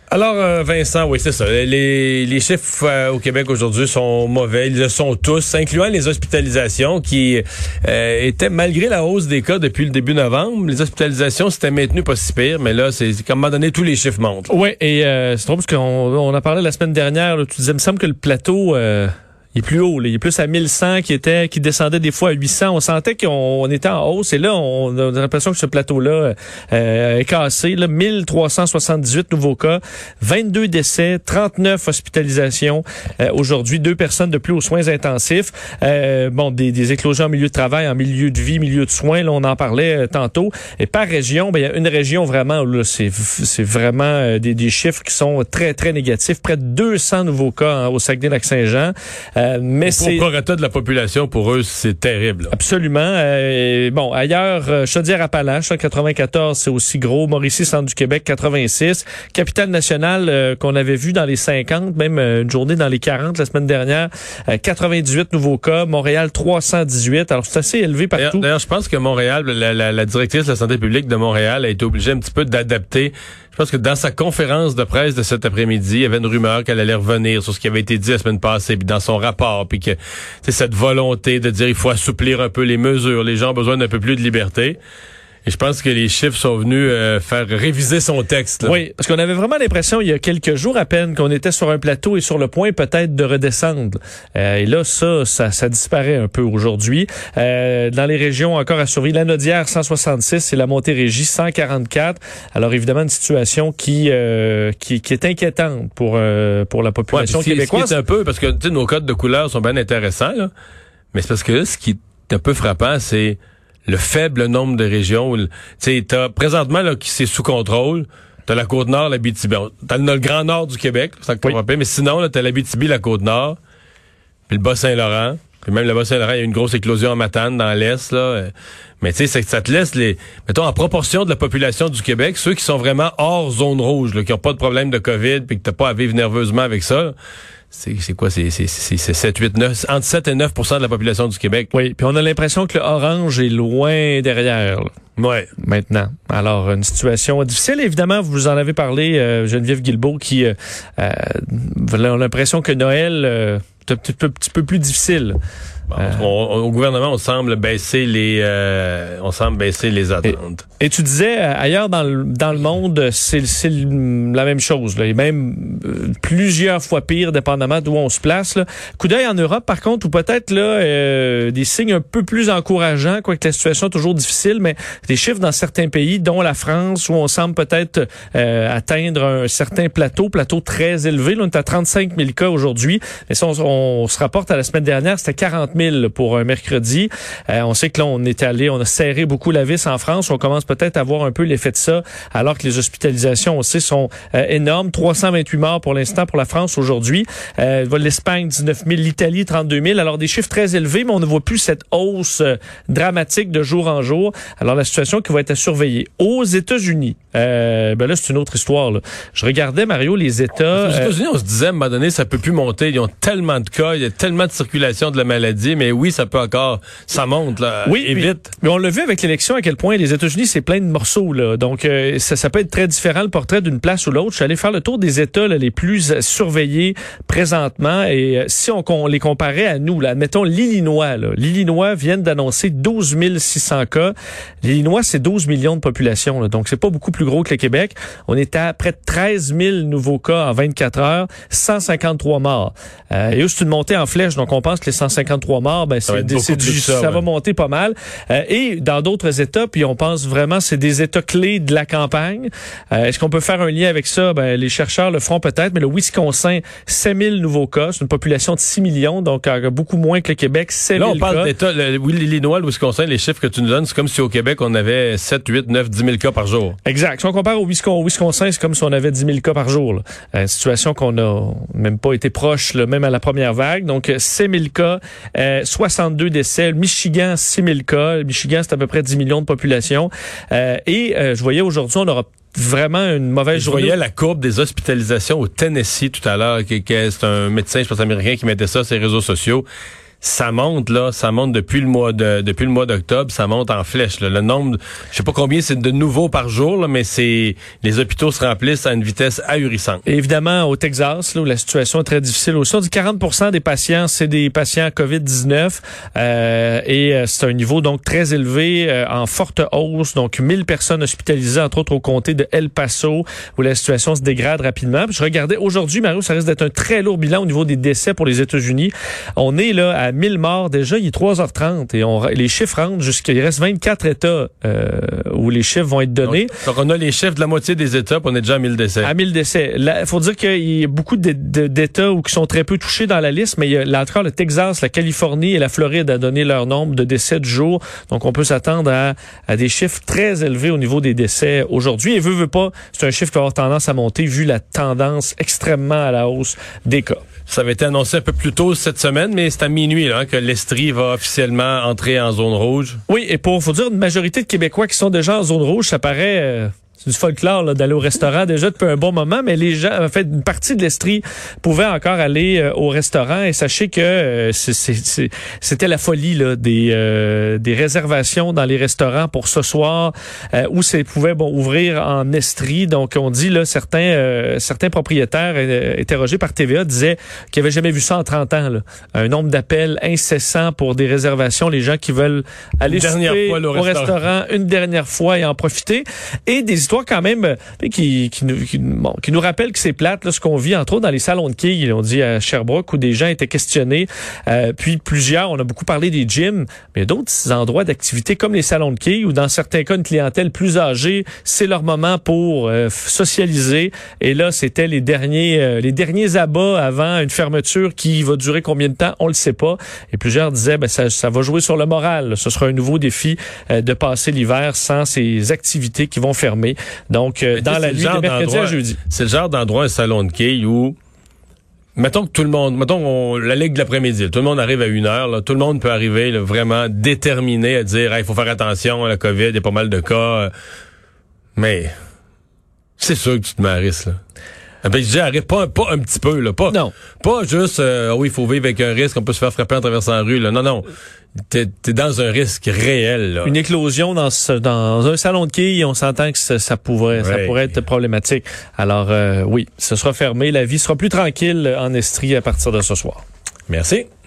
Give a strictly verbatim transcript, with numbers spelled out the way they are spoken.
Alors, euh, Vincent, oui, c'est ça. Les, les chiffres euh, au Québec aujourd'hui sont mauvais. Ils le sont tous, incluant les hospitalisations qui euh, étaient, malgré la hausse des cas depuis le début novembre, les hospitalisations s'étaient maintenues pas si pire, mais là, c'est comme à un moment donné, tous les chiffres montent. Oui, et euh, c'est drôle parce qu'on on en parlait la semaine dernière. Là, tu disais, il me semble que le plateau... Euh Il est plus haut, là. Il est plus à mille cent qui était, qui descendait des fois à huit cents. On sentait qu'on on était en hausse et là, on a l'impression que ce plateau-là euh, est cassé. Là, mille trois cent soixante-dix-huit nouveaux cas, vingt-deux décès, trente-neuf hospitalisations. Euh, aujourd'hui, deux personnes de plus aux soins intensifs. Euh, bon, des, des éclosions en milieu de travail, en milieu de vie, milieu de soins. Là, on en parlait euh, tantôt. Et par région, ben il y a une région vraiment où là, c'est, c'est vraiment euh, des, des chiffres qui sont très très négatifs. Près de deux cents nouveaux cas hein, au Saguenay-Lac-Saint-Jean. Euh, mais pour c'est prorata de la population, pour eux, c'est terrible. Là. Absolument. Euh, bon, ailleurs, euh, Chaudière-Appalaches, quatre-vingt-quatorze, c'est aussi gros. Mauricie, centre du Québec, quatre-vingt-six. Capitale-Nationale, euh, qu'on avait vu dans les cinquante, même euh, une journée dans les quarante la semaine dernière, euh, quatre-vingt-dix-huit nouveaux cas. Montréal, trois cent dix-huit. Alors, c'est assez élevé partout. D'ailleurs, d'ailleurs je pense que Montréal, la, la, la directrice de la santé publique de Montréal a été obligée un petit peu d'adapter. Je pense que dans sa conférence de presse de cet après-midi, il y avait une rumeur qu'elle allait revenir sur ce qui avait été dit la semaine passée, puis dans son rapport, puis que c'est cette volonté de dire il faut assouplir un peu les mesures, les gens ont besoin d'un peu plus de liberté. Et je pense que les chiffres sont venus euh, faire réviser son texte. Là. Oui, parce qu'on avait vraiment l'impression il y a quelques jours à peine qu'on était sur un plateau et sur le point peut-être de redescendre. Euh, et là, ça, ça, ça disparaît un peu aujourd'hui. Euh, dans les régions encore à surveiller, Lanaudière cent soixante-six et la Montérégie cent quarante-quatre. Alors évidemment une situation qui euh, qui, qui est inquiétante pour euh, pour la population ouais, québécoise. Ce qui est un peu parce que tu sais, nos codes de couleur sont bien intéressants, là, mais c'est parce que là, ce qui est un peu frappant, c'est le faible nombre de régions. Tu sais, t'as présentement là qui c'est sous contrôle. T'as la Côte-Nord, l'Abitibi. T'as le Grand Nord du Québec, ça oui. Mais sinon, là, t'as l'Abitibi, la Côte-Nord, puis le Bas-Saint-Laurent. Puis même le Bas-Saint-Laurent, il y a une grosse éclosion en Matane dans l'Est, là. Mais tu sais, c'est que ça te laisse les, mettons, en proportion de la population du Québec, ceux qui sont vraiment hors zone rouge, là, qui n'ont pas de problème de COVID, puis que t'as pas à vivre nerveusement avec ça, là. C'est, c'est quoi? C'est, c'est, c'est, c'est sept, huit, neuf, entre sept et neuf pour cent de la population du Québec. Oui, puis on a l'impression que le orange est loin derrière. Là. Ouais. Maintenant. Alors, une situation difficile. Évidemment, vous en avez parlé, euh, Geneviève Guilbeault, qui euh, euh, a l'impression que Noël euh, est un petit peu, petit peu plus difficile. Bon, euh, on, au gouvernement, on semble baisser les, euh, on semble baisser les attentes. Et, et tu disais ailleurs dans le dans le monde, c'est, c'est la même chose. Là, et même euh, plusieurs fois pire, dépendamment d'où on se place. Là. Coup d'œil en Europe, par contre, où peut-être là euh, des signes un peu plus encourageants, quoique la situation est toujours difficile, mais des chiffres dans certains pays, dont la France, où on semble peut-être euh, atteindre un certain plateau, plateau très élevé. Là, on est à trente-cinq mille cas aujourd'hui. Mais si on, on se rapporte à la semaine dernière, c'était quarante mille pour un mercredi. Euh, on sait que là, on est allé, on a serré beaucoup la vis en France. On commence peut-être à voir un peu l'effet de ça, alors que les hospitalisations aussi sont euh, énormes. trois cent vingt-huit morts pour l'instant pour la France aujourd'hui. Euh, L'Espagne, dix-neuf mille. L'Italie, trente-deux mille. Alors, des chiffres très élevés, mais on ne voit plus cette hausse euh, dramatique de jour en jour. Alors, la situation qui va être à surveiller. Aux États-Unis, euh, ben là, c'est une autre histoire. Là. Je regardais, Mario, les États... Aux États-Unis, on se disait, à un moment donné, ça peut plus monter. Ils ont tellement de cas, il y a tellement de circulation de la maladie, mais oui, ça peut encore, ça monte, là, oui, et puis, vite. Mais on l'a vu avec l'élection à quel point les États-Unis, c'est plein de morceaux, là. Donc, euh, ça, ça peut être très différent, le portrait d'une place ou l'autre. Je suis allé faire le tour des États là, les plus surveillés présentement, et euh, si on, on les comparait à nous, là, admettons l'Illinois, là. L'Illinois vient d'annoncer douze mille six cents cas. L'Illinois, c'est douze millions de population, là. Donc, c'est pas beaucoup plus gros que le Québec. On est à près de treize mille nouveaux cas en vingt-quatre heures, cent cinquante-trois morts. Euh, et eux, c'est une montée en flèche, donc on pense que les cent cinquante-trois morts, ben, c'est, c'est, c'est du, ça, ça ouais. va monter pas mal. Euh, et dans d'autres États, puis on pense vraiment c'est des États clés de la campagne. Euh, est-ce qu'on peut faire un lien avec ça? Ben, les chercheurs le feront peut-être, mais le Wisconsin, sept mille nouveaux cas. C'est une population de six millions, donc euh, beaucoup moins que le Québec, sept mille cas. Là, on parle d'États. Le, oui, l'Illinois, le Wisconsin, les chiffres que tu nous donnes, c'est comme si au Québec, on avait sept, huit, neuf, dix mille cas par jour. Exact. Si on compare au Wisconsin, c'est comme si on avait dix mille cas par jour. Là. Une situation qu'on n'a même pas été proche, là, même à la première vague. Donc, sept mille cas, euh, soixante-deux décès. Le Michigan, six mille cas. Le Michigan, c'est à peu près dix millions de population. Euh, et euh, je voyais aujourd'hui, on aura vraiment une mauvaise je journée. Je voyais la courbe des hospitalisations au Tennessee tout à l'heure. Qui, qui, c'est un médecin, je pense, américain qui mettait ça sur les réseaux sociaux. ça monte là, ça monte depuis le mois de depuis le mois d'octobre, ça monte en flèche. Là. Le nombre, je sais pas combien c'est de nouveaux par jour, là, mais c'est les hôpitaux se remplissent à une vitesse ahurissante. Et évidemment, au Texas, là, où la situation est très difficile aussi, on dit quarante pour cent des patients, c'est des patients covid dix-neuf, euh, et euh, c'est un niveau donc très élevé, euh, en forte hausse. Donc mille personnes hospitalisées, entre autres au comté de El Paso, où la situation se dégrade rapidement. Puis je regardais aujourd'hui, Mario, ça risque d'être un très lourd bilan au niveau des décès pour les États-Unis. On est là à mille morts déjà, il est trois heures trente et on, les chiffres rentrent jusqu'à, il reste vingt-quatre États euh, où les chiffres vont être donnés. Donc, donc on a les chiffres de la moitié des États, puis on est déjà à mille décès. À mille décès. Il faut dire qu'il y a beaucoup de, de, d'États où qui sont très peu touchés dans la liste, mais il y a là encore le Texas, la Californie et la Floride à donner leur nombre de décès du jour. Donc on peut s'attendre à, à des chiffres très élevés au niveau des décès aujourd'hui. Et veut, veut pas, c'est un chiffre qui va avoir tendance à monter vu la tendance extrêmement à la hausse des cas. Ça avait été annoncé un peu plus tôt cette semaine, mais c'est à minuit là, hein, que l'Estrie va officiellement entrer en zone rouge. Oui, et pour, faut dire, une majorité de Québécois qui sont déjà en zone rouge, ça paraît... Euh C'est du folklore là, d'aller au restaurant déjà depuis un bon moment, mais les gens, en fait, une partie de l'Estrie pouvait encore aller euh, au restaurant. Et sachez que euh, c'est, c'est, c'est, c'était la folie là, des, euh, des réservations dans les restaurants pour ce soir, euh, où ça pouvait bon, ouvrir en Estrie. Donc, on dit là, certains, euh, certains propriétaires euh, interrogés par T V A disaient qu'ils n'avaient jamais vu ça en trente ans. Là. Un nombre d'appels incessants pour des réservations, les gens qui veulent aller souper au, au restaurant. restaurant une dernière fois et en profiter. Et des histoires quand même qui, qui, nous, qui, bon, qui nous rappelle que c'est plate là, ce qu'on vit entre autres dans les salons de quilles, on dit à Sherbrooke, où des gens étaient questionnés, euh, puis plusieurs, on a beaucoup parlé des gyms, mais d'autres endroits d'activité comme les salons de quilles, où dans certains cas une clientèle plus âgée, c'est leur moment pour euh, socialiser, et là c'était les derniers euh, les derniers abats avant une fermeture qui va durer combien de temps, on le sait pas, et plusieurs disaient ben ça, ça va jouer sur le moral, là. Ce sera un nouveau défi euh, de passer l'hiver sans ces activités qui vont fermer. Donc, euh, dans la nuit de mercredi à jeudi. C'est le genre d'endroit, un salon de quilles où, mettons que tout le monde, mettons on, la ligue de l'après-midi, tout le monde arrive à une heure, là, tout le monde peut arriver là, vraiment déterminé à dire, il hey, faut faire attention à la COVID, il y a pas mal de cas. Euh, mais c'est sûr que tu te mets à risque, là. Ben, je dis, arrête pas, pas un petit peu, là. Pas, non. Pas juste, euh, oui, il faut vivre avec un risque, on peut se faire frapper en traversant la rue, là. Non, non. T'es, t'es dans un risque réel, là. Une éclosion dans ce, dans un salon de quilles, on s'entend que ça, ça pourrait, ouais. ça pourrait être problématique. Alors, euh, oui, ce sera fermé. La vie sera plus tranquille en Estrie à partir de ce soir. Merci.